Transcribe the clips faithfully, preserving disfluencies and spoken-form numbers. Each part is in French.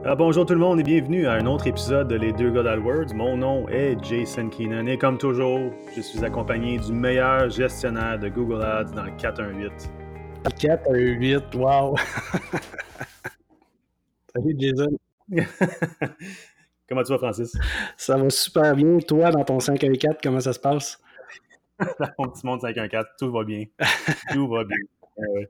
Ah, bonjour tout le monde et bienvenue à un autre épisode de Les Deux Gars d'AdWords. Mon nom est Jason Keenan et comme toujours, je suis accompagné du meilleur gestionnaire de Google Ads dans le quatre un huit. quatre un huit, wow! Salut Jason! Comment tu vas, Francis? Ça va super bien. Toi, dans ton cinq un quatre, comment ça se passe? Dans mon petit monde cinq un quatre, tout va bien. Tout va bien. Ouais.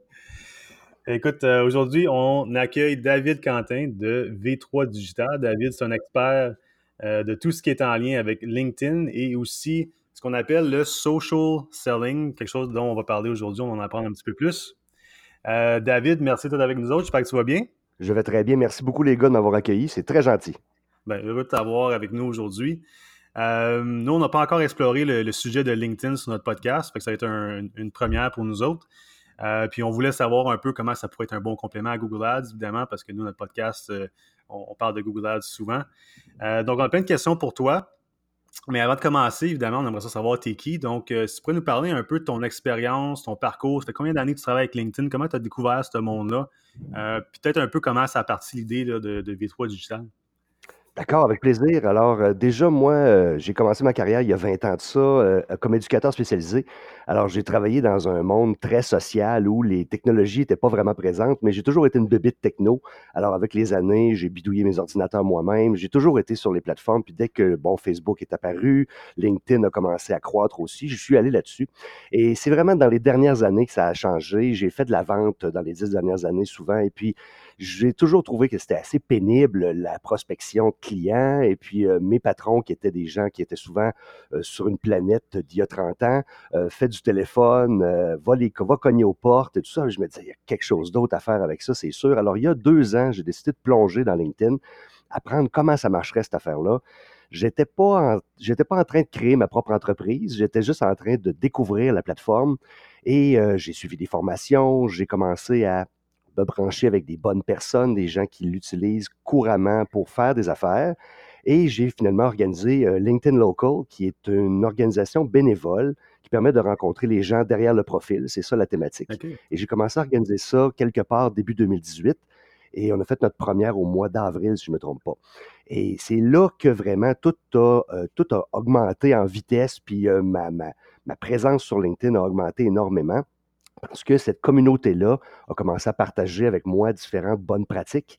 Écoute, euh, aujourd'hui, on accueille David Quentin de V trois Digital. David, c'est un expert euh, de tout ce qui est en lien avec LinkedIn et aussi ce qu'on appelle le social selling, quelque chose dont on va parler aujourd'hui, on va en apprendre un petit peu plus. Euh, David, merci d'être avec nous autres. J'espère que tu vas bien. Je vais très bien. Merci beaucoup, les gars, de m'avoir accueilli. C'est très gentil. Bien, heureux de t'avoir avec nous aujourd'hui. Euh, nous, on n'a pas encore exploré le, le sujet de LinkedIn sur notre podcast, fait que ça va être un, une première pour nous autres. Euh, puis on voulait savoir un peu comment ça pourrait être un bon complément à Google Ads, évidemment, parce que nous, notre podcast, euh, on, on parle de Google Ads souvent. Euh, donc, on a plein de questions pour toi. Mais avant de commencer, évidemment, on aimerait ça savoir t'es qui. Donc, euh, si tu pourrais nous parler un peu de ton expérience, ton parcours, ça fait combien d'années que tu travailles avec LinkedIn? Comment tu as découvert ce monde-là? Euh, puis peut-être un peu comment ça a parti l'idée là, de, de V trois Digital. D'accord, avec plaisir. Alors, euh, déjà, moi, euh, j'ai commencé ma carrière il y a vingt ans de ça, euh, comme éducateur spécialisé. Alors, j'ai travaillé dans un monde très social où les technologies n'étaient pas vraiment présentes, mais j'ai toujours été une bébite techno. Alors, avec les années, j'ai bidouillé mes ordinateurs moi-même. J'ai toujours été sur les plateformes. Puis dès que, bon, Facebook est apparu, LinkedIn a commencé à croître aussi, je suis allé là-dessus. Et c'est vraiment dans les dernières années que ça a changé. J'ai fait de la vente dans les dix dernières années souvent. Et puis, j'ai toujours trouvé que c'était assez pénible, la prospection de clients. Et puis, euh, mes patrons, qui étaient des gens qui étaient souvent euh, sur une planète d'il y a trente ans, euh, fait du téléphone, euh, va, les, va cogner aux portes et tout ça. Je me disais, il y a quelque chose d'autre à faire avec ça, c'est sûr. Alors, il y a deux ans, j'ai décidé de plonger dans LinkedIn, apprendre comment ça marcherait, cette affaire-là. J'étais pas en, j'étais pas en train de créer ma propre entreprise, j'étais juste en train de découvrir la plateforme et euh, j'ai suivi des formations, j'ai commencé à me brancher avec des bonnes personnes, des gens qui l'utilisent couramment pour faire des affaires. Et j'ai finalement organisé euh, LinkedIn Local, qui est une organisation bénévole qui permet de rencontrer les gens derrière le profil. C'est ça la thématique. Okay. Et j'ai commencé à organiser ça quelque part début deux mille dix-huit. Et on a fait notre première au mois d'avril, si je ne me trompe pas. Et c'est là que vraiment tout a, euh, tout a augmenté en vitesse, puis euh, ma, ma, ma présence sur LinkedIn a augmenté énormément. Parce que cette communauté-là a commencé à partager avec moi différentes bonnes pratiques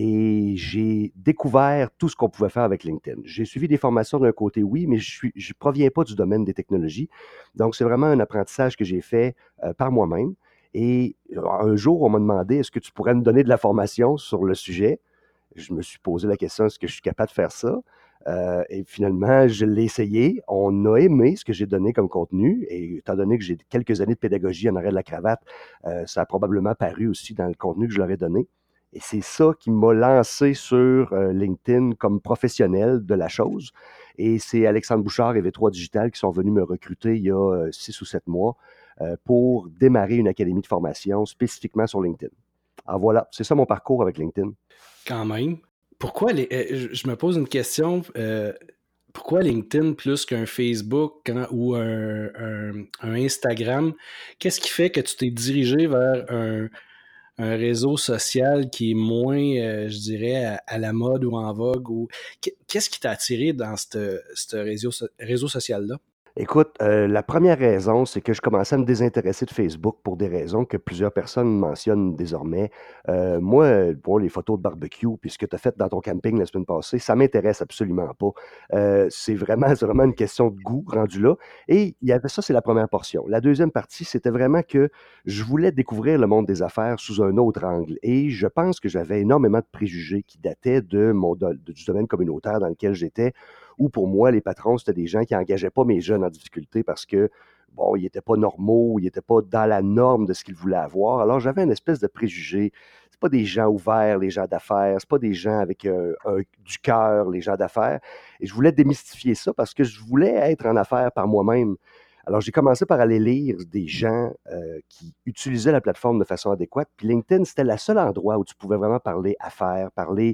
et j'ai découvert tout ce qu'on pouvait faire avec LinkedIn. J'ai suivi des formations d'un côté, oui, mais je ne je proviens pas du domaine des technologies. Donc, c'est vraiment un apprentissage que j'ai fait euh, par moi-même. Et euh, un jour, on m'a demandé, est-ce que tu pourrais me donner de la formation sur le sujet? Je me suis posé la question, est-ce que je suis capable de faire ça? Euh, et finalement, je l'ai essayé. On a aimé ce que j'ai donné comme contenu. Et étant donné que j'ai quelques années de pédagogie en arrière de la cravate, euh, ça a probablement paru aussi dans le contenu que je leur ai donné. Et c'est ça qui m'a lancé sur euh, LinkedIn comme professionnel de la chose. Et c'est Alexandre Bouchard et V trois Digital qui sont venus me recruter il y a euh, six ou sept mois euh, pour démarrer une académie de formation spécifiquement sur LinkedIn. Alors voilà, c'est ça mon parcours avec LinkedIn. Quand même. Pourquoi les, euh, je me pose une question. Euh, pourquoi LinkedIn plus qu'un Facebook quand, ou un, un, un Instagram? Qu'est-ce qui fait que tu t'es dirigé vers un, un réseau social qui est moins, euh, je dirais, à, à la mode ou en vogue? Ou... Qu'est-ce qui t'a attiré dans ce réseau, réseau social-là? Écoute, euh, la première raison, c'est que je commençais à me désintéresser de Facebook pour des raisons que plusieurs personnes mentionnent désormais. Euh, moi, pour les photos de barbecue, puis ce que tu as fait dans ton camping la semaine passée, ça m'intéresse absolument pas. Euh, c'est vraiment, c'est vraiment une question de goût rendu là. Et il y avait ça, c'est la première portion. La deuxième partie, c'était vraiment que je voulais découvrir le monde des affaires sous un autre angle. Et je pense que j'avais énormément de préjugés qui dataient de mon, de, du domaine communautaire dans lequel j'étais, où pour moi, les patrons, c'était des gens qui n'engageaient pas mes jeunes en difficulté parce que, bon, ils n'étaient pas normaux, ils n'étaient pas dans la norme de ce qu'ils voulaient avoir. Alors, j'avais une espèce de préjugé. C'est pas des gens ouverts, les gens d'affaires. C'est pas des gens avec euh, un, du cœur, les gens d'affaires. Et je voulais démystifier ça parce que je voulais être en affaires par moi-même. Alors, j'ai commencé par aller lire des gens euh, qui utilisaient la plateforme de façon adéquate. Puis LinkedIn, c'était le seul endroit où tu pouvais vraiment parler affaires, parler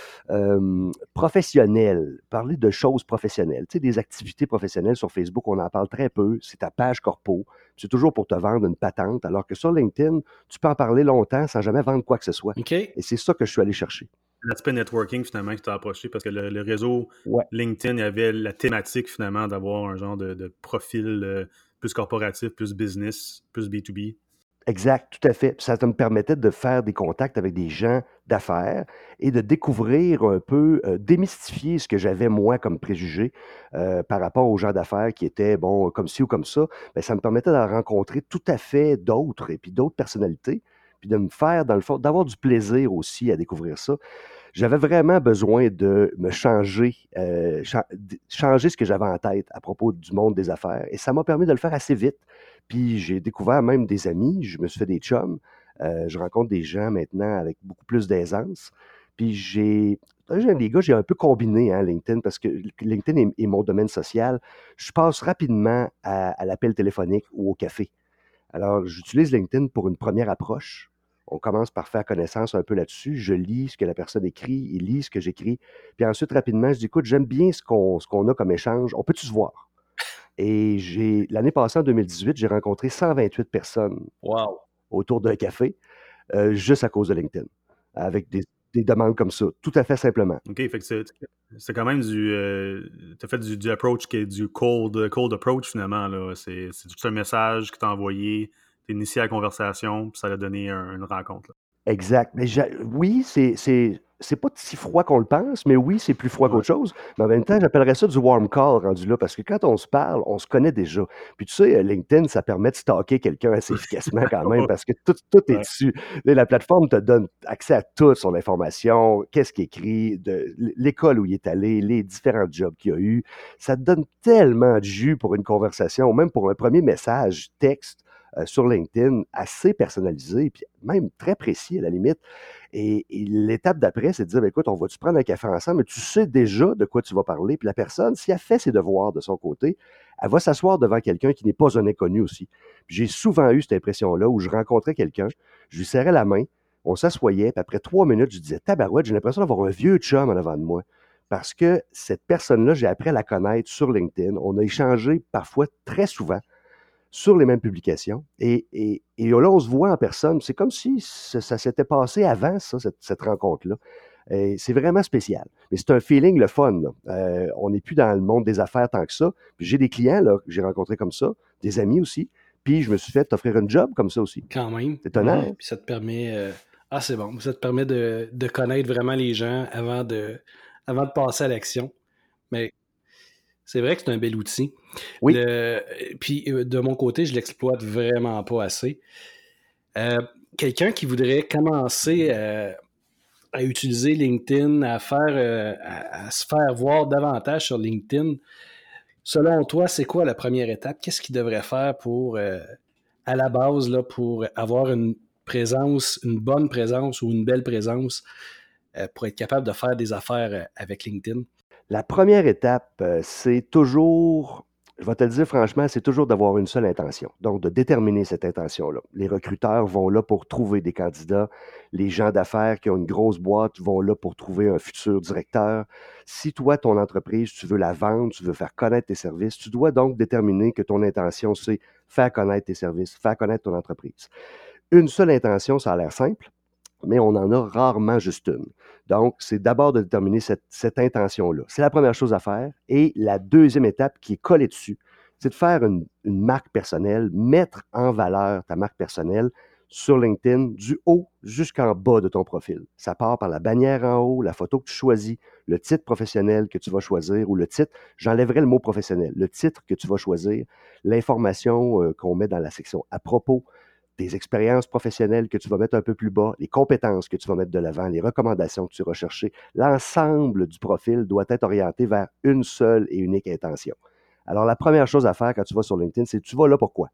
euh, professionnel, parler de choses professionnelles. Tu sais, des activités professionnelles sur Facebook, on en parle très peu. C'est ta page corpo. C'est toujours pour te vendre une patente, alors que sur LinkedIn, tu peux en parler longtemps sans jamais vendre quoi que ce soit. Okay. Et c'est ça que je suis allé chercher. l'aspect networking, finalement, qui t'a approché, parce que le, le réseau Ouais. LinkedIn, il y avait la thématique, finalement, d'avoir un genre de, de profil euh, plus corporatif, plus business, plus B deux B. Exact, tout à fait. Puis ça me permettait de faire des contacts avec des gens d'affaires et de découvrir un peu, euh, démystifier ce que j'avais moi comme préjugé euh, par rapport aux gens d'affaires qui étaient, bon, comme ci ou comme ça. Ben, ça me permettait d'en rencontrer tout à fait d'autres et puis d'autres personnalités, puis de me faire, dans le fond, d'avoir du plaisir aussi à découvrir ça. J'avais vraiment besoin de me changer, euh, cha- d- changer ce que j'avais en tête à propos du monde des affaires. Et ça m'a permis de le faire assez vite. Puis j'ai découvert même des amis, je me suis fait des chums. Euh, je rencontre des gens maintenant avec beaucoup plus d'aisance. Puis j'ai, j'ai- les gars, j'ai un peu combiné hein, LinkedIn parce que LinkedIn est, est mon domaine social. Je passe rapidement à, à l'appel téléphonique ou au café. Alors, j'utilise LinkedIn pour une première approche. On commence par faire connaissance un peu là-dessus. Je lis ce que la personne écrit, il lit ce que j'écris. Puis ensuite, rapidement, je dis, écoute, j'aime bien ce qu'on ce qu'on a comme échange. On peut-tu se voir? Et j'ai l'année passée, en deux mille dix-huit, j'ai rencontré cent vingt-huit personnes Wow. autour d'un café, euh, juste à cause de LinkedIn, avec des, des demandes comme ça, tout à fait simplement. OK, fait que c'est, c'est quand même du... Euh, t'as fait du, du approach qui est du cold, cold approach, finalement, là. C'est, c'est juste un message que t'as envoyé, t'as initié la conversation, puis ça a donné un- une rencontre, là. Exact. Mais j'a- oui, c'est c'est c'est pas si froid qu'on le pense, mais oui, c'est plus froid Ouais. qu'autre chose. Mais en même temps, j'appellerais ça du warm call rendu là, parce que quand on se parle, on se connaît déjà. Puis tu sais, euh, LinkedIn, ça permet de stalker quelqu'un assez efficacement quand même, parce que tout, tout est Ouais. dessus. Là, la plateforme te donne accès à toute son information, qu'est-ce qu'il écrit, de l'école où il est allé, les différents jobs qu'il a eu. Ça te donne tellement de jus pour une conversation, ou même pour un premier message texte euh, sur LinkedIn, assez personnalisé, puis même très précis à la limite. Et, et l'étape d'après, c'est de dire, ben, écoute, on va-tu prendre un café ensemble, mais tu sais déjà de quoi tu vas parler. Puis la personne, si elle fait ses devoirs de son côté, elle va s'asseoir devant quelqu'un qui n'est pas un inconnu aussi. Puis j'ai souvent eu cette impression-là où je rencontrais quelqu'un, je lui serrais la main, on s'assoyait, puis après trois minutes, je disais, tabarouette, j'ai l'impression d'avoir un vieux chum en avant de moi. Parce que cette personne-là, j'ai appris à la connaître sur LinkedIn. On a échangé parfois très souvent sur les mêmes publications. Et, et, et là, on se voit en personne. C'est comme si ça, ça s'était passé avant, ça, cette, cette rencontre-là. Et c'est vraiment spécial. Mais c'est un feeling le fun. Là. Euh, on n'est plus dans le monde des affaires tant que ça. Puis j'ai des clients là, que j'ai rencontrés comme ça, des amis aussi. Puis je me suis fait offrir un job comme ça aussi. Quand même. C'est étonnant. Mhm. Hein? Puis ça te permet. euh, Ah, c'est bon. Ça te permet de, de connaître vraiment les gens avant de, avant de passer à l'action. Mais c'est vrai que c'est un bel outil. Oui. Le... Puis euh, de mon côté, je l'exploite vraiment pas assez. Euh, Quelqu'un qui voudrait commencer euh, à utiliser LinkedIn, à faire, euh, à, à se faire voir davantage sur LinkedIn, selon toi, c'est quoi la première étape? Qu'est-ce qu'il devrait faire pour, euh, à la base, là, pour avoir une présence, une bonne présence ou une belle présence euh, pour être capable de faire des affaires euh, avec LinkedIn? La première étape, euh, c'est toujours, je vais te le dire franchement, c'est toujours d'avoir une seule intention. Donc, de déterminer cette intention-là. Les recruteurs vont là pour trouver des candidats. Les gens d'affaires qui ont une grosse boîte vont là pour trouver un futur directeur. Si toi, ton entreprise, tu veux la vendre, tu veux faire connaître tes services, tu dois donc déterminer que ton intention, c'est faire connaître tes services, faire connaître ton entreprise. Une seule intention, ça a l'air simple, mais on en a rarement juste une. Donc, c'est d'abord de déterminer cette, cette intention-là. C'est la première chose à faire. Et la deuxième étape qui est collée dessus, c'est de faire une, une marque personnelle, mettre en valeur ta marque personnelle sur LinkedIn du haut jusqu'en bas de ton profil. Ça part par la bannière en haut, la photo que tu choisis, le titre professionnel que tu vas choisir ou le titre, j'enlèverai le mot professionnel, le titre que tu vas choisir, l'information euh, qu'on met dans la section à propos, tes expériences professionnelles que tu vas mettre un peu plus bas, les compétences que tu vas mettre de l'avant, les recommandations que tu vas chercher. L'ensemble du profil doit être orienté vers une seule et unique intention. Alors, la première chose à faire quand tu vas sur LinkedIn, c'est tu vas là pourquoi?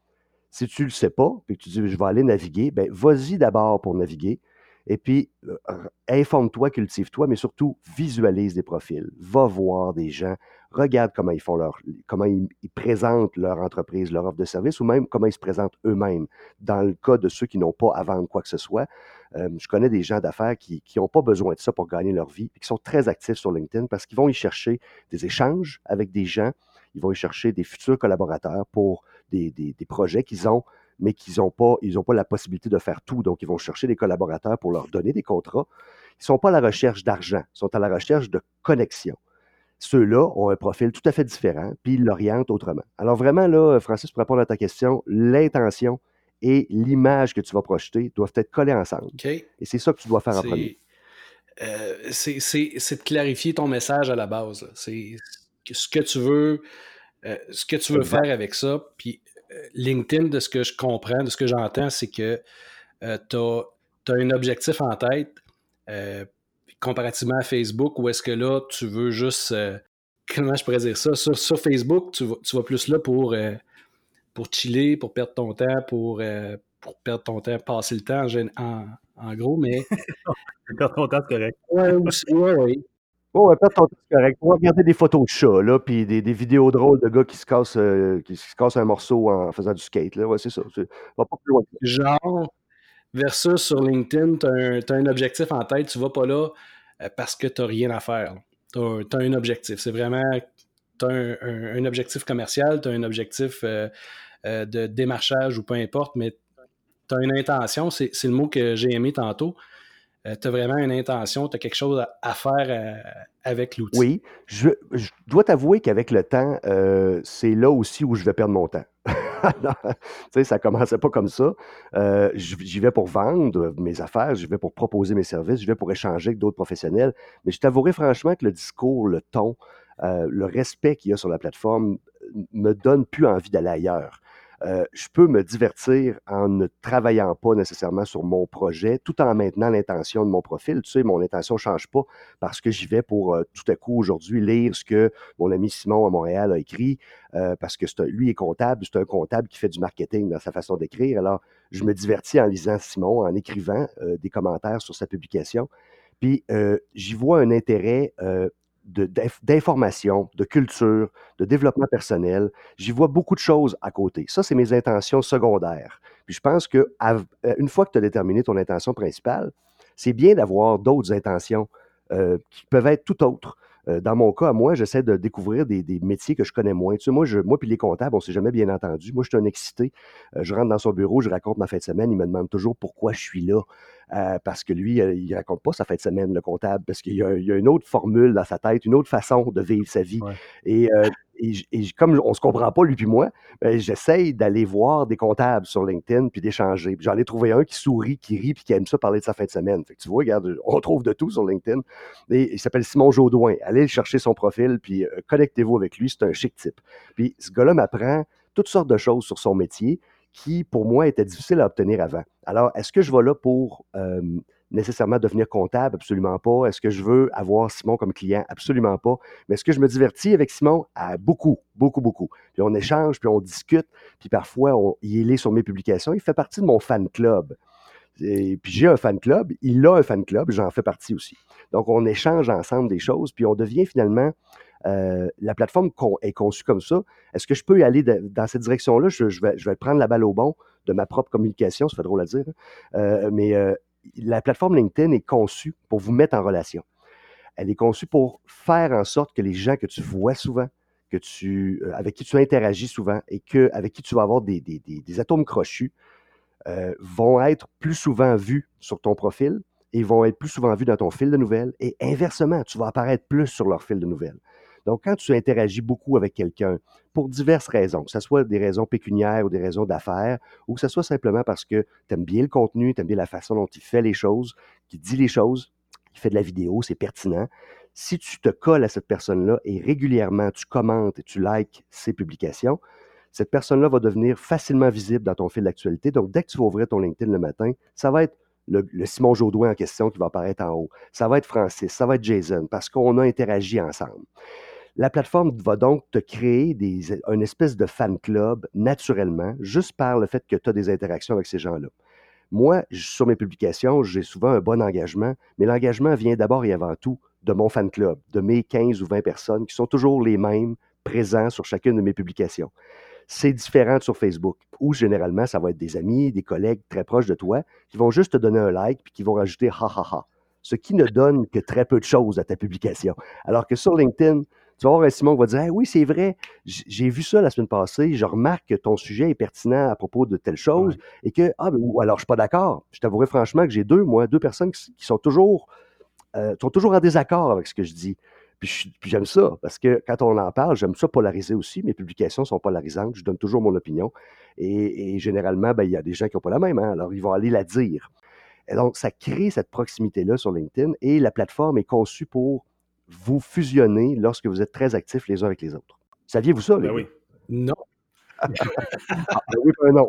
Si tu ne le sais pas, puis que tu dis je vais aller naviguer, ben vas-y d'abord pour naviguer. Et puis, euh, informe-toi, cultive-toi, mais surtout, visualise des profils. Va voir des gens, regarde comment ils font leur, comment ils, ils présentent leur entreprise, leur offre de service, ou même comment ils se présentent eux-mêmes. Dans le cas de ceux qui n'ont pas à vendre quoi que ce soit, euh, je connais des gens d'affaires qui n'ont pas besoin de ça pour gagner leur vie, et qui sont très actifs sur LinkedIn parce qu'ils vont y chercher des échanges avec des gens, ils vont y chercher des futurs collaborateurs pour des, des, des projets qu'ils ont mais qu'ils n'ont pas, ils ont pas la possibilité de faire tout. Donc, ils vont chercher des collaborateurs pour leur donner des contrats. Ils ne sont pas à la recherche d'argent, ils sont à la recherche de connexion. Ceux-là ont un profil tout à fait différent, puis ils l'orientent autrement. Alors vraiment, là, Francis, pour répondre à ta question, l'intention et l'image que tu vas projeter doivent être collées ensemble. Okay. Et c'est ça que tu dois faire en C'est, premier. euh, c'est, c'est, c'est de clarifier ton message à la base. Là. C'est ce que tu veux, euh, ce que tu veux Exact. faire avec ça. Puis euh, LinkedIn, de ce que je comprends, de ce que j'entends, c'est que euh, tu as un objectif en tête. Euh, comparativement à Facebook, où est-ce que là, tu veux juste... Euh, comment je pourrais dire ça? Sur, sur Facebook, tu vas, tu vas plus là pour, euh, pour chiller, pour perdre ton temps, pour, euh, pour perdre ton temps, passer le temps en, en, en gros, mais... Perdre ton temps, c'est correct. Ouais, aussi, ouais, ouais. Oh, ouais, perdre ton temps, c'est correct. On va regarder des photos de chats, là, puis des, des vidéos drôles de gars qui se cassent, euh, qui se cassent un morceau en faisant du skate, là. Ouais, c'est ça. C'est, va pas plus loin que ça. Genre, versus sur LinkedIn, tu as un, un objectif en tête, tu vas pas là euh, parce que tu n'as rien à faire. Tu as un objectif. C'est vraiment, tu as un, un, un objectif commercial, tu as un objectif euh, euh, de démarchage ou peu importe, mais tu as une intention, c'est, c'est le mot que j'ai aimé tantôt. Euh, tu as vraiment une intention, tu as quelque chose à, à faire euh, avec l'outil. Oui, je, je dois t'avouer qu'avec le temps, euh, c'est là aussi où je vais perdre mon temps. Tu sais, ça commençait pas comme ça. Euh, j'y vais pour vendre mes affaires, j'y vais pour proposer mes services, j'y vais pour échanger avec d'autres professionnels. Mais je t'avouerai franchement que le discours, le ton, euh, le respect qu'il y a sur la plateforme me donne plus envie d'aller ailleurs. Euh, je peux me divertir en ne travaillant pas nécessairement sur mon projet, tout en maintenant l'intention de mon profil. Tu sais, mon intention ne change pas parce que j'y vais pour euh, tout à coup aujourd'hui lire ce que mon ami Simon à Montréal a écrit, euh, parce que c'est un, lui est comptable, c'est un comptable qui fait du marketing dans sa façon d'écrire. Alors, je me divertis en lisant Simon, en écrivant euh, des commentaires sur sa publication. Puis, euh, j'y vois un intérêt euh, de, d'information, de culture, de développement personnel. J'y vois beaucoup de choses à côté. Ça, c'est mes intentions secondaires. Puis je pense qu'une fois que tu as déterminé ton intention principale, c'est bien d'avoir d'autres intentions euh, qui peuvent être tout autres. Euh, dans mon cas, moi, j'essaie de découvrir des, des métiers que je connais moins. Tu sais, moi, je, moi puis les comptables, on ne s'est jamais bien entendu. Moi, je suis un excité. Euh, je rentre dans son bureau, je raconte ma fin de semaine. Il me demande toujours pourquoi je suis là. Euh, parce que lui, euh, il raconte pas sa fin de semaine, le comptable, parce qu'il y a, il y a une autre formule dans sa tête, une autre façon de vivre sa vie. Ouais. Et, euh, et, et comme on se comprend pas, lui puis moi, ben, j'essaye d'aller voir des comptables sur LinkedIn puis d'échanger. Puis j'en ai trouvé un qui sourit, qui rit puis qui aime ça parler de sa fin de semaine. Fait que tu vois, regarde, on trouve de tout sur LinkedIn. Et il s'appelle Simon Jaudoin. Allez chercher son profil puis euh, connectez-vous avec lui. C'est un chic type. Puis ce gars-là m'apprend toutes sortes de choses sur son métier qui, pour moi, étaient difficiles à obtenir avant. Alors, est-ce que je vais là pour euh, nécessairement devenir comptable? Absolument pas. Est-ce que je veux avoir Simon comme client? Absolument pas. Mais est-ce que je me divertis avec Simon? Ah, beaucoup, beaucoup, beaucoup. Puis on échange, puis on discute, puis parfois, on, il est sur mes publications. Il fait partie de mon fan club. Et puis j'ai un fan club, il a un fan club, j'en fais partie aussi. Donc, on échange ensemble des choses, puis on devient finalement... Euh, la plateforme con, est conçue comme ça. Est-ce que je peux y aller de, dans cette direction-là? Je, je, vais, je vais prendre la balle au bon de ma propre communication, ça fait drôle à dire. Hein? Euh, mais euh, la plateforme LinkedIn est conçue pour vous mettre en relation. Elle est conçue pour faire en sorte que les gens que tu vois souvent, que tu, euh, avec qui tu interagis souvent et que, avec qui tu vas avoir des, des, des, des atomes crochus, euh, vont être plus souvent vus sur ton profil et vont être plus souvent vus dans ton fil de nouvelles. Et inversement, tu vas apparaître plus sur leur fil de nouvelles. Donc, quand tu interagis beaucoup avec quelqu'un, pour diverses raisons, que ce soit des raisons pécuniaires ou des raisons d'affaires, ou que ce soit simplement parce que tu aimes bien le contenu, tu aimes bien la façon dont il fait les choses, qu'il dit les choses, qu'il fait de la vidéo, c'est pertinent. Si tu te colles à cette personne-là et régulièrement tu commentes et tu likes ses publications, cette personne-là va devenir facilement visible dans ton fil d'actualité. Donc, dès que tu vas ouvrir ton LinkedIn le matin, ça va être le, le Simon Jaudoin en question qui va apparaître en haut. Ça va être Francis, ça va être Jason, parce qu'on a interagi ensemble. La plateforme va donc te créer des, une espèce de fan club naturellement, juste par le fait que tu as des interactions avec ces gens-là. Moi, sur mes publications, j'ai souvent un bon engagement, mais l'engagement vient d'abord et avant tout de mon fan club, de mes quinze ou vingt personnes qui sont toujours les mêmes, présents sur chacune de mes publications. C'est différent sur Facebook, où généralement, ça va être des amis, des collègues très proches de toi qui vont juste te donner un like puis qui vont rajouter « ha ha ha », ce qui ne donne que très peu de choses à ta publication. Alors que sur LinkedIn, Tu vas avoir un Simon qui va dire hey, « Oui, c'est vrai, j'ai vu ça la semaine passée, je remarque que ton sujet est pertinent à propos de telle chose Ouais. et que, ah, ben, ou alors je suis pas d'accord. » Je t'avouerai franchement que j'ai deux, moi, deux personnes qui, qui sont toujours euh, sont toujours en désaccord avec ce que je dis. Puis, je, puis j'aime ça, parce que quand on en parle, j'aime ça polariser aussi. Mes publications sont polarisantes, je donne toujours mon opinion. Et, et généralement, ben, il y a des gens qui n'ont pas la même, hein, alors ils vont aller la dire. Et donc, ça crée cette proximité-là sur LinkedIn et la plateforme est conçue pour vous fusionner lorsque vous êtes très actifs les uns avec les autres. Saviez-vous ça, les Ben gars? oui. Non. Ah, ben oui, ben non.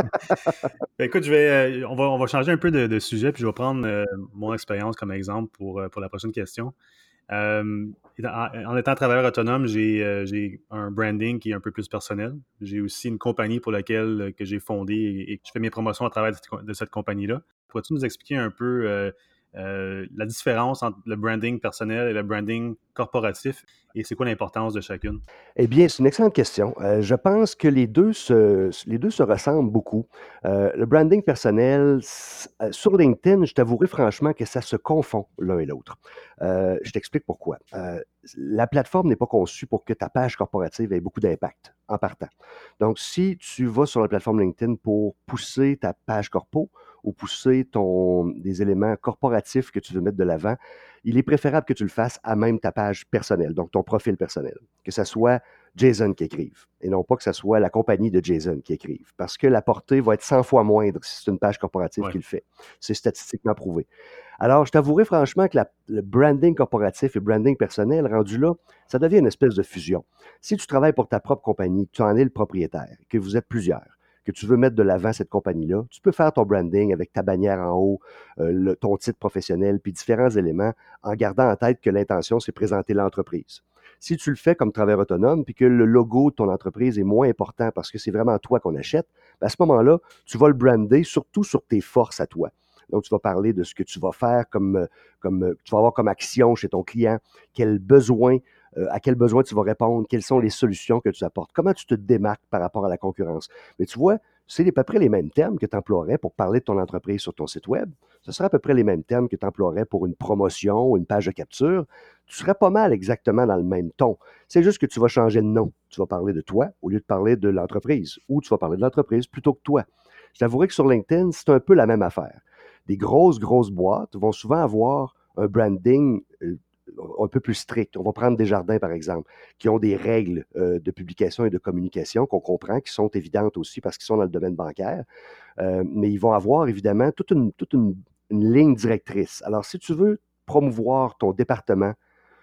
Ben écoute, je vais, euh, on, va, on va changer un peu de, de sujet, puis je vais prendre euh, mon expérience comme exemple pour, euh, pour la prochaine question. Euh, en, en étant travailleur autonome, j'ai, euh, j'ai un branding qui est un peu plus personnel. J'ai aussi une compagnie pour laquelle euh, que j'ai fondée et, et je fais mes promotions à travers de cette, de cette compagnie-là. Pourrais-tu nous expliquer un peu euh, euh, la différence entre le branding personnel et le branding corporatif et c'est quoi l'importance de chacune? Eh bien, c'est une excellente question. Euh, je pense que les deux se, les deux se ressemblent beaucoup. Euh, le branding personnel, s- euh, sur LinkedIn, je t'avouerai franchement que ça se confond l'un et l'autre. Euh, je t'explique pourquoi. Euh, la plateforme n'est pas conçue pour que ta page corporative ait beaucoup d'impact en partant. Donc, si tu vas sur la plateforme LinkedIn pour pousser ta page corpo ou pousser ton, des éléments corporatifs que tu veux mettre de l'avant, il est préférable que tu le fasses à même ta page personnelle, donc ton profil personnel. Que ce soit Jason qui écrive et non pas que ce soit la compagnie de Jason qui écrive. Parce que la portée va être cent fois moindre si c'est une page corporative Ouais. qui le fait. C'est statistiquement prouvé. Alors, je t'avouerai franchement que la, le branding corporatif et branding personnel, rendu là, ça devient une espèce de fusion. Si tu travailles pour ta propre compagnie, que tu en es le propriétaire, que vous êtes plusieurs, que tu veux mettre de l'avant cette compagnie-là, tu peux faire ton branding avec ta bannière en haut, euh, le, ton titre professionnel, puis différents éléments, en gardant en tête que l'intention, c'est présenter l'entreprise. Si tu le fais comme travailleur autonome, puis que le logo de ton entreprise est moins important parce que c'est vraiment toi qu'on achète, ben à ce moment-là, tu vas le brander surtout sur tes forces à toi. Donc, tu vas parler de ce que tu vas faire comme, comme tu vas avoir comme action chez ton client, quel besoin, euh, à quel besoin tu vas répondre, quelles sont les solutions que tu apportes, comment tu te démarques par rapport à la concurrence. Mais tu vois, c'est à peu près les mêmes termes que tu emploierais pour parler de ton entreprise sur ton site web. Ce serait à peu près les mêmes termes que tu emploierais pour une promotion ou une page de capture. Tu serais pas mal exactement dans le même ton. C'est juste que tu vas changer de nom. Tu vas parler de toi au lieu de parler de l'entreprise, ou tu vas parler de l'entreprise plutôt que toi. Je t'avouerai que sur LinkedIn, c'est un peu la même affaire. Des grosses, grosses boîtes vont souvent avoir un branding euh, un peu plus strict. On va prendre Desjardins, par exemple, qui ont des règles euh, de publication et de communication qu'on comprend, qui sont évidentes aussi parce qu'ils sont dans le domaine bancaire. Euh, mais ils vont avoir évidemment toute une, toute une, une ligne directrice. Alors, si tu veux promouvoir ton département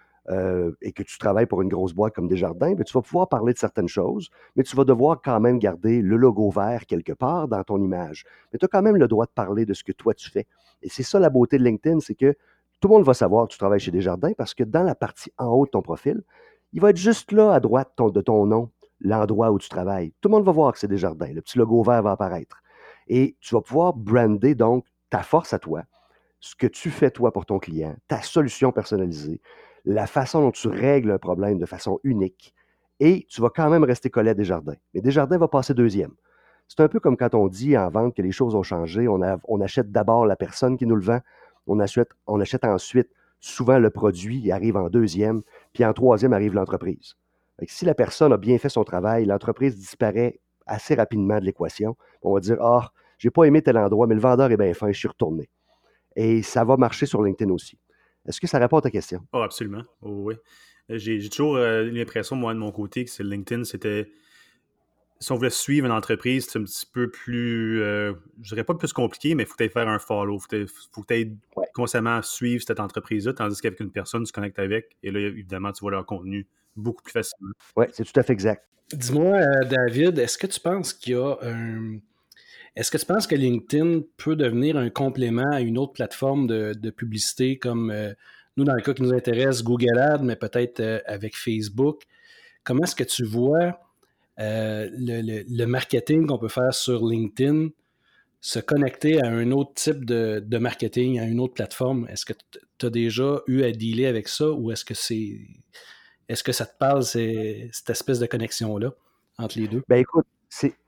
euh, et que tu travailles pour une grosse boîte comme Desjardins, bien, tu vas pouvoir parler de certaines choses, mais tu vas devoir quand même garder le logo vert quelque part dans ton image. Mais tu as quand même le droit de parler de ce que toi tu fais. Et c'est ça la beauté de LinkedIn, c'est que tout le monde va savoir que tu travailles chez Desjardins parce que dans la partie en haut de ton profil, il va être juste là à droite ton, de ton nom, l'endroit où tu travailles. Tout le monde va voir que c'est Desjardins. Le petit logo vert va apparaître. Et tu vas pouvoir brander donc ta force à toi, ce que tu fais toi pour ton client, ta solution personnalisée, la façon dont tu règles un problème de façon unique, et tu vas quand même rester collé à Desjardins. Mais Desjardins va passer deuxième. C'est un peu comme quand on dit en vente que les choses ont changé. On, a, on achète d'abord la personne qui nous le vend, on achète, on achète ensuite souvent le produit, il arrive en deuxième, puis en troisième arrive l'entreprise. Si la personne a bien fait son travail, l'entreprise disparaît assez rapidement de l'équation. On va dire, ah, j'ai pas aimé tel endroit, mais le vendeur est bien fin, je suis retourné. Et ça va marcher sur LinkedIn aussi. Est-ce que ça répond à ta question? Oh, absolument. Oh, oui. J'ai, j'ai toujours euh, l'impression, moi, de mon côté, que c'est LinkedIn, c'était. Si on voulait suivre une entreprise, c'est un petit peu plus. Euh, je dirais pas plus compliqué, mais il faut peut-être faire un follow. Il faut peut-être Ouais. constamment suivre cette entreprise-là, tandis qu'avec une personne, tu connectes avec, et là, évidemment, tu vois leur contenu beaucoup plus facilement. Oui, c'est tout à fait exact. Dis-moi, euh, David, est-ce que tu penses qu'il y a un. Est-ce que tu penses que LinkedIn peut devenir un complément à une autre plateforme de, de publicité comme euh, nous, dans le cas qui nous intéresse, Google Ads, mais peut-être euh, avec Facebook? Comment est-ce que tu vois euh, le, le, le marketing qu'on peut faire sur LinkedIn se connecter à un autre type de, de marketing, à une autre plateforme? Est-ce que tu as déjà eu à dealer avec ça ou est-ce que c'est est-ce que ça te parle, c'est, cette espèce de connexion-là entre les deux? Ben écoute, c'est,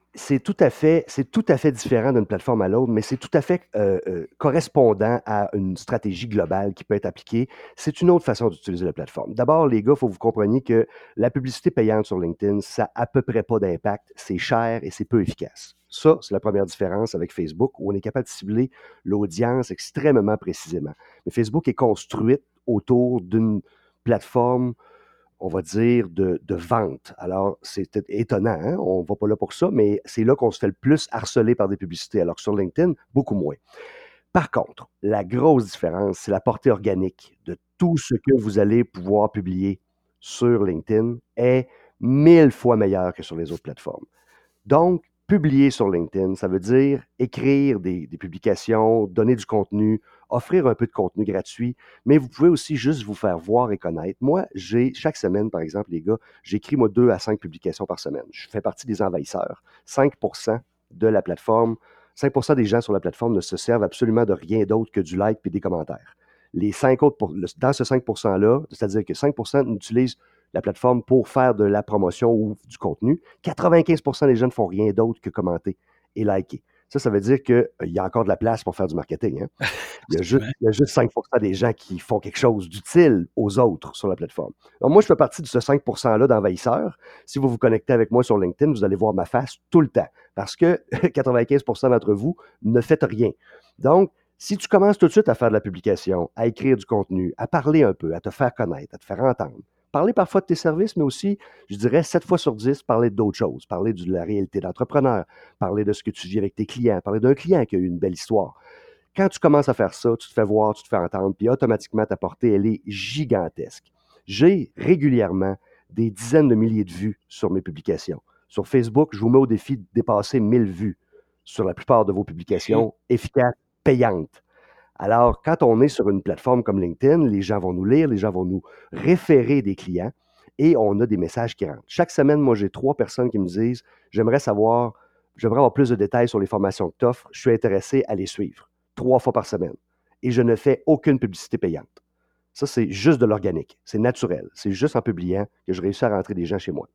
C'est tout à fait, c'est tout à fait différent d'une plateforme à l'autre, mais c'est tout à fait euh, euh, correspondant à une stratégie globale qui peut être appliquée. C'est une autre façon d'utiliser la plateforme. D'abord, les gars, il faut que vous compreniez que la publicité payante sur LinkedIn, ça n'a à peu près pas d'impact, c'est cher et c'est peu efficace. Ça, c'est la première différence avec Facebook, où on est capable de cibler l'audience extrêmement précisément. Mais Facebook est construite autour d'une plateforme, on va dire, de, de vente. Alors, c'est étonnant, hein? On ne va pas là pour ça, mais c'est là qu'on se fait le plus harceler par des publicités, alors que sur LinkedIn, beaucoup moins. Par contre, la grosse différence, c'est la portée organique de tout ce que vous allez pouvoir publier sur LinkedIn est mille fois meilleure que sur les autres plateformes. Donc, publier sur LinkedIn, ça veut dire écrire des, des publications, donner du contenu, offrir un peu de contenu gratuit, mais vous pouvez aussi juste vous faire voir et connaître. Moi, j'ai chaque semaine, par exemple, les gars, j'écris moi deux à cinq publications par semaine. Je fais partie des envahisseurs. cinq pour cent de la plateforme, cinq pour cent des gens sur la plateforme ne se servent absolument de rien d'autre que du like et des commentaires. Les cinq autres pour, dans ce cinq pour cent-là, c'est-à-dire que cinq pour cent utilisent la plateforme pour faire de la promotion ou du contenu. quatre-vingt-quinze pour cent des gens ne font rien d'autre que commenter et liker. Ça, ça veut dire qu'il euh, y a encore de la place pour faire du marketing. Hein? Il, y a juste, il y a juste cinq pour cent des gens qui font quelque chose d'utile aux autres sur la plateforme. Alors moi, je fais partie de ce cinq pour cent-là d'envahisseurs. Si vous vous connectez avec moi sur LinkedIn, vous allez voir ma face tout le temps parce que quatre-vingt-quinze pour cent d'entre vous ne faites rien. Donc, si tu commences tout de suite à faire de la publication, à écrire du contenu, à parler un peu, à te faire connaître, à te faire entendre, parler parfois de tes services, mais aussi, je dirais, sept fois sur dix, parler d'autres choses, parler de la réalité d'entrepreneur, parler de ce que tu vis avec tes clients, parler d'un client qui a eu une belle histoire. Quand tu commences à faire ça, tu te fais voir, tu te fais entendre, puis automatiquement, ta portée, elle est gigantesque. J'ai régulièrement des dizaines de milliers de vues sur mes publications. Sur Facebook, je vous mets au défi de dépasser mille vues sur la plupart de vos publications efficaces, payantes. Alors, quand on est sur une plateforme comme LinkedIn, les gens vont nous lire, les gens vont nous référer des clients et on a des messages qui rentrent. Chaque semaine, moi, j'ai trois personnes qui me disent « J'aimerais savoir, j'aimerais avoir plus de détails sur les formations que tu offres. Je suis intéressé à les suivre. » Trois fois par semaine. Et je ne fais aucune publicité payante. Ça, c'est juste de l'organique. C'est naturel. C'est juste en publiant que je réussis à rentrer des gens chez moi.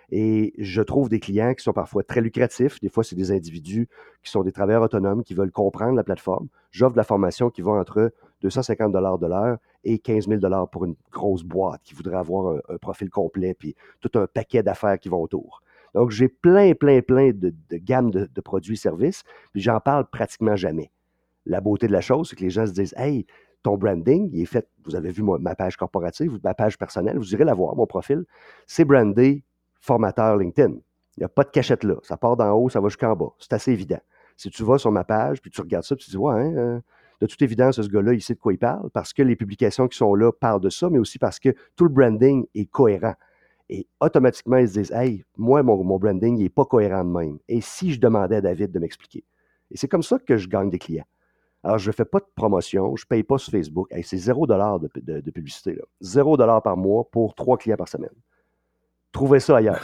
Et je trouve des clients qui sont parfois très lucratifs. Des fois, c'est des individus qui sont des travailleurs autonomes qui veulent comprendre la plateforme. J'offre de la formation qui va entre deux cent cinquante dollars de l'heure et quinze mille dollars pour une grosse boîte qui voudrait avoir un, un profil complet puis tout un paquet d'affaires qui vont autour. Donc, j'ai plein, plein, plein de, de gammes de, de produits et services, puis j'en parle pratiquement jamais. La beauté de la chose, c'est que les gens se disent « Hey, ton branding, il est fait, vous avez vu moi, ma page corporative, ma page personnelle, vous irez la voir, mon profil, c'est brandé formateur LinkedIn. Il n'y a pas de cachette là. Ça part d'en haut, ça va jusqu'en bas. C'est assez évident. Si tu vas sur ma page, puis tu regardes ça, puis tu dis, ouais, hein, euh, de toute évidence, ce gars-là, il sait de quoi il parle, parce que les publications qui sont là parlent de ça, mais aussi parce que tout le branding est cohérent. Et automatiquement, ils se disent, hey, moi, mon, mon branding, il n'est pas cohérent de même. Et si je demandais à David de m'expliquer? Et c'est comme ça que je gagne des clients. Alors, je ne fais pas de promotion, je ne paye pas sur Facebook. Hey, c'est zéro dollar de, de, de publicité. Là. zéro dollar par mois pour trois clients par semaine. Trouvez ça ailleurs.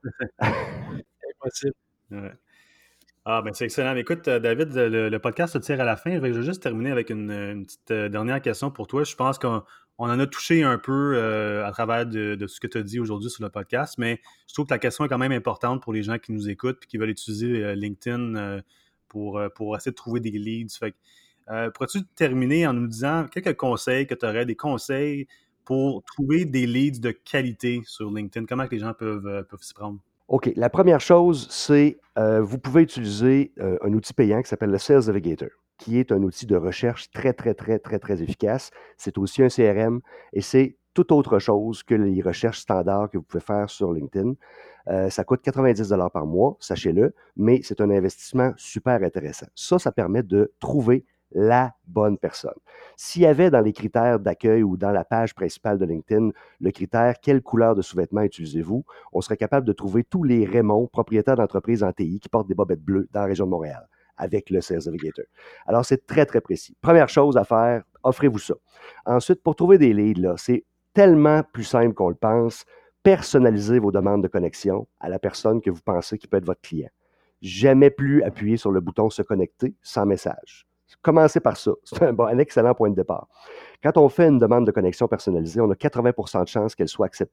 Impossible. Ouais. Ah, ben c'est excellent. Écoute, David, le, le podcast se tire à la fin. Je vais juste terminer avec une, une petite dernière question pour toi. Je pense qu'on on en a touché un peu euh, à travers de, de ce que tu as dit aujourd'hui sur le podcast, mais je trouve que la question est quand même importante pour les gens qui nous écoutent et qui veulent utiliser euh, LinkedIn euh, pour, pour essayer de trouver des leads. Fait que, euh, pourrais-tu terminer en nous disant quelques conseils que tu aurais, des conseils pour trouver des leads de qualité sur LinkedIn? Comment que les gens peuvent, euh, peuvent s'y prendre? OK. La première chose, c'est euh, vous pouvez utiliser euh, un outil payant qui s'appelle le Sales Navigator, qui est un outil de recherche très, très, très, très, très efficace. C'est aussi un C R M et c'est tout autre chose que les recherches standards que vous pouvez faire sur LinkedIn. Euh, ça coûte quatre-vingt-dix dollars par mois, sachez-le, mais c'est un investissement super intéressant. Ça, ça permet de trouver la bonne personne. S'il y avait dans les critères d'accueil ou dans la page principale de LinkedIn le critère « Quelle couleur de sous-vêtements utilisez-vous », on serait capable de trouver tous les Raymond, propriétaires d'entreprises en T I, qui portent des bobettes bleues dans la région de Montréal avec le Sales Navigator. Alors, c'est très, très précis. Première chose à faire, offrez-vous ça. Ensuite, pour trouver des leads, là, c'est tellement plus simple qu'on le pense. Personnalisez vos demandes de connexion à la personne que vous pensez qui peut être votre client. Jamais plus appuyer sur le bouton « Se connecter » sans message. Commencez par ça. C'est un, bon, un excellent point de départ. Quand on fait une demande de connexion personnalisée, on a quatre-vingts pour cent de chances qu'elle soit acceptée.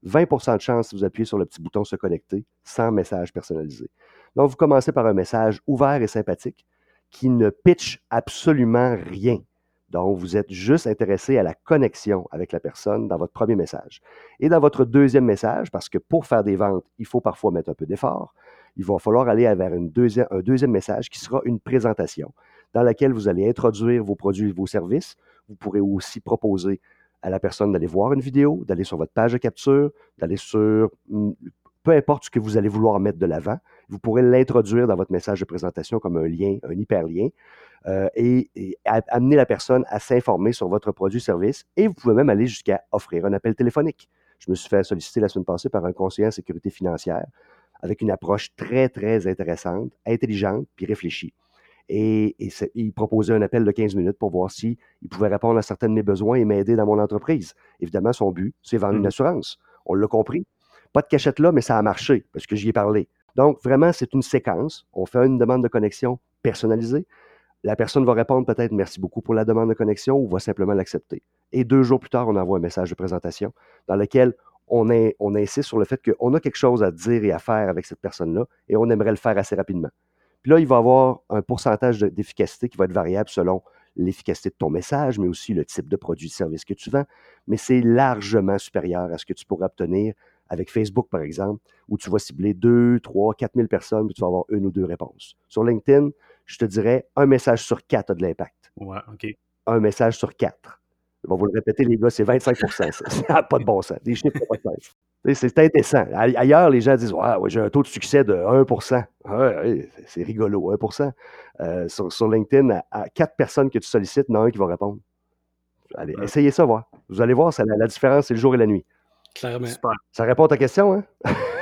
vingt pour cent de chance si vous appuyez sur le petit bouton se connecter sans message personnalisé. Donc, vous commencez par un message ouvert et sympathique qui ne pitch absolument rien. Donc, vous êtes juste intéressé à la connexion avec la personne dans votre premier message. Et dans votre deuxième message, parce que pour faire des ventes, il faut parfois mettre un peu d'effort, il va falloir aller vers une deuxième, un deuxième message qui sera une présentation dans laquelle vous allez introduire vos produits et vos services. Vous pourrez aussi proposer à la personne d'aller voir une vidéo, d'aller sur votre page de capture, d'aller sur peu importe ce que vous allez vouloir mettre de l'avant. Vous pourrez l'introduire dans votre message de présentation comme un lien, un hyperlien, euh, et, et à, amener la personne à s'informer sur votre produit-service. Et vous pouvez même aller jusqu'à offrir un appel téléphonique. Je me suis fait solliciter la semaine passée par un conseiller en sécurité financière avec une approche très, très intéressante, intelligente, puis réfléchie. Et, et il proposait un appel de quinze minutes pour voir s'il pouvait répondre à certains de mes besoins et m'aider dans mon entreprise. Évidemment, son but, c'est vendre mmh. une assurance. On l'a compris. Pas de cachette là, mais ça a marché parce que j'y ai parlé. Donc, vraiment, c'est une séquence. On fait une demande de connexion personnalisée. La personne va répondre peut-être « Merci beaucoup pour la demande de connexion » ou va simplement l'accepter. Et deux jours plus tard, on envoie un message de présentation dans lequel on, est, on insiste sur le fait qu'on a quelque chose à dire et à faire avec cette personne-là et on aimerait le faire assez rapidement. Puis là, il va y avoir un pourcentage d'efficacité qui va être variable selon l'efficacité de ton message, mais aussi le type de produit et de service que tu vends. Mais c'est largement supérieur à ce que tu pourrais obtenir avec Facebook, par exemple, où tu vas cibler deux, trois, quatre mille personnes, puis tu vas avoir une ou deux réponses. Sur LinkedIn, je te dirais, un message sur quatre a de l'impact. Ouais, OK. Un message sur quatre. Je vais vous le répéter, les gars, c'est vingt-cinq pour cent. Ça n'a pas de bon sens. Des chiffres pas de sens. C'est intéressant. Ailleurs, les gens disent ouais, ouais, j'ai un taux de succès de un pour cent. Ouais, c'est rigolo, un pour cent. Euh, sur, sur LinkedIn, à, à quatre personnes que tu sollicites, il y en a un qui va répondre. Allez, ouais. Essayez ça, voir. Vous allez voir, ça, la, la différence, c'est le jour et la nuit. Clairement. Super. Ça répond à ta question, hein?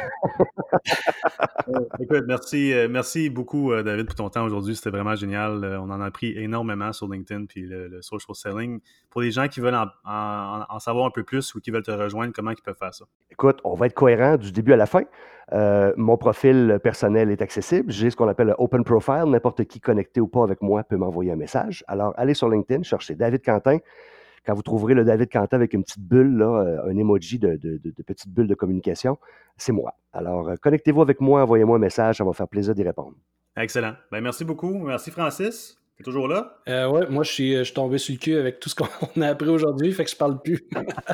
euh, écoute, merci, euh, merci beaucoup, euh, David, pour ton temps aujourd'hui. C'était vraiment génial. Euh, on en a appris énormément sur LinkedIn puis le, le social selling. Pour les gens qui veulent en, en, en savoir un peu plus ou qui veulent te rejoindre, comment ils peuvent faire ça? Écoute, on va être cohérent du début à la fin. Euh, mon profil personnel est accessible. J'ai ce qu'on appelle un open profile. N'importe qui connecté ou pas avec moi peut m'envoyer un message. Alors, allez sur LinkedIn, cherchez David Quentin. Quand vous trouverez le David Quentin avec une petite bulle, là, un emoji de, de, de, de petite bulle de communication, c'est moi. Alors, euh, connectez-vous avec moi, envoyez-moi un message, ça va faire plaisir d'y répondre. Excellent. Ben, merci beaucoup. Merci, Francis. Tu es toujours là? Euh, oui, moi, je suis, je suis tombé sur le cul avec tout ce qu'on a appris aujourd'hui, fait que je parle plus.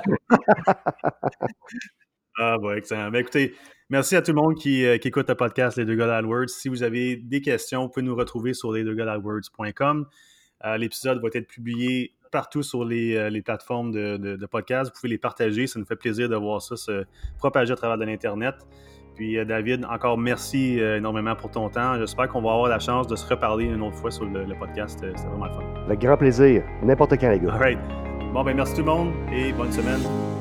Ah, bon, excellent. Ben, écoutez, merci à tout le monde qui, euh, qui écoute le podcast Les Deux Gars d'AdWords. Si vous avez des questions, vous pouvez nous retrouver sur les deux gars d'adwords point com. Euh, l'épisode va être publié partout sur les, euh, les plateformes de, de, de podcast. Vous pouvez les partager. Ça nous fait plaisir de voir ça se propager à travers de l'Internet. Puis, euh, David, encore merci euh, énormément pour ton temps. J'espère qu'on va avoir la chance de se reparler une autre fois sur le, le podcast. C'était vraiment le fun. Avec grand plaisir. N'importe quand, les gars. All right. Bon, ben merci tout le monde et bonne semaine.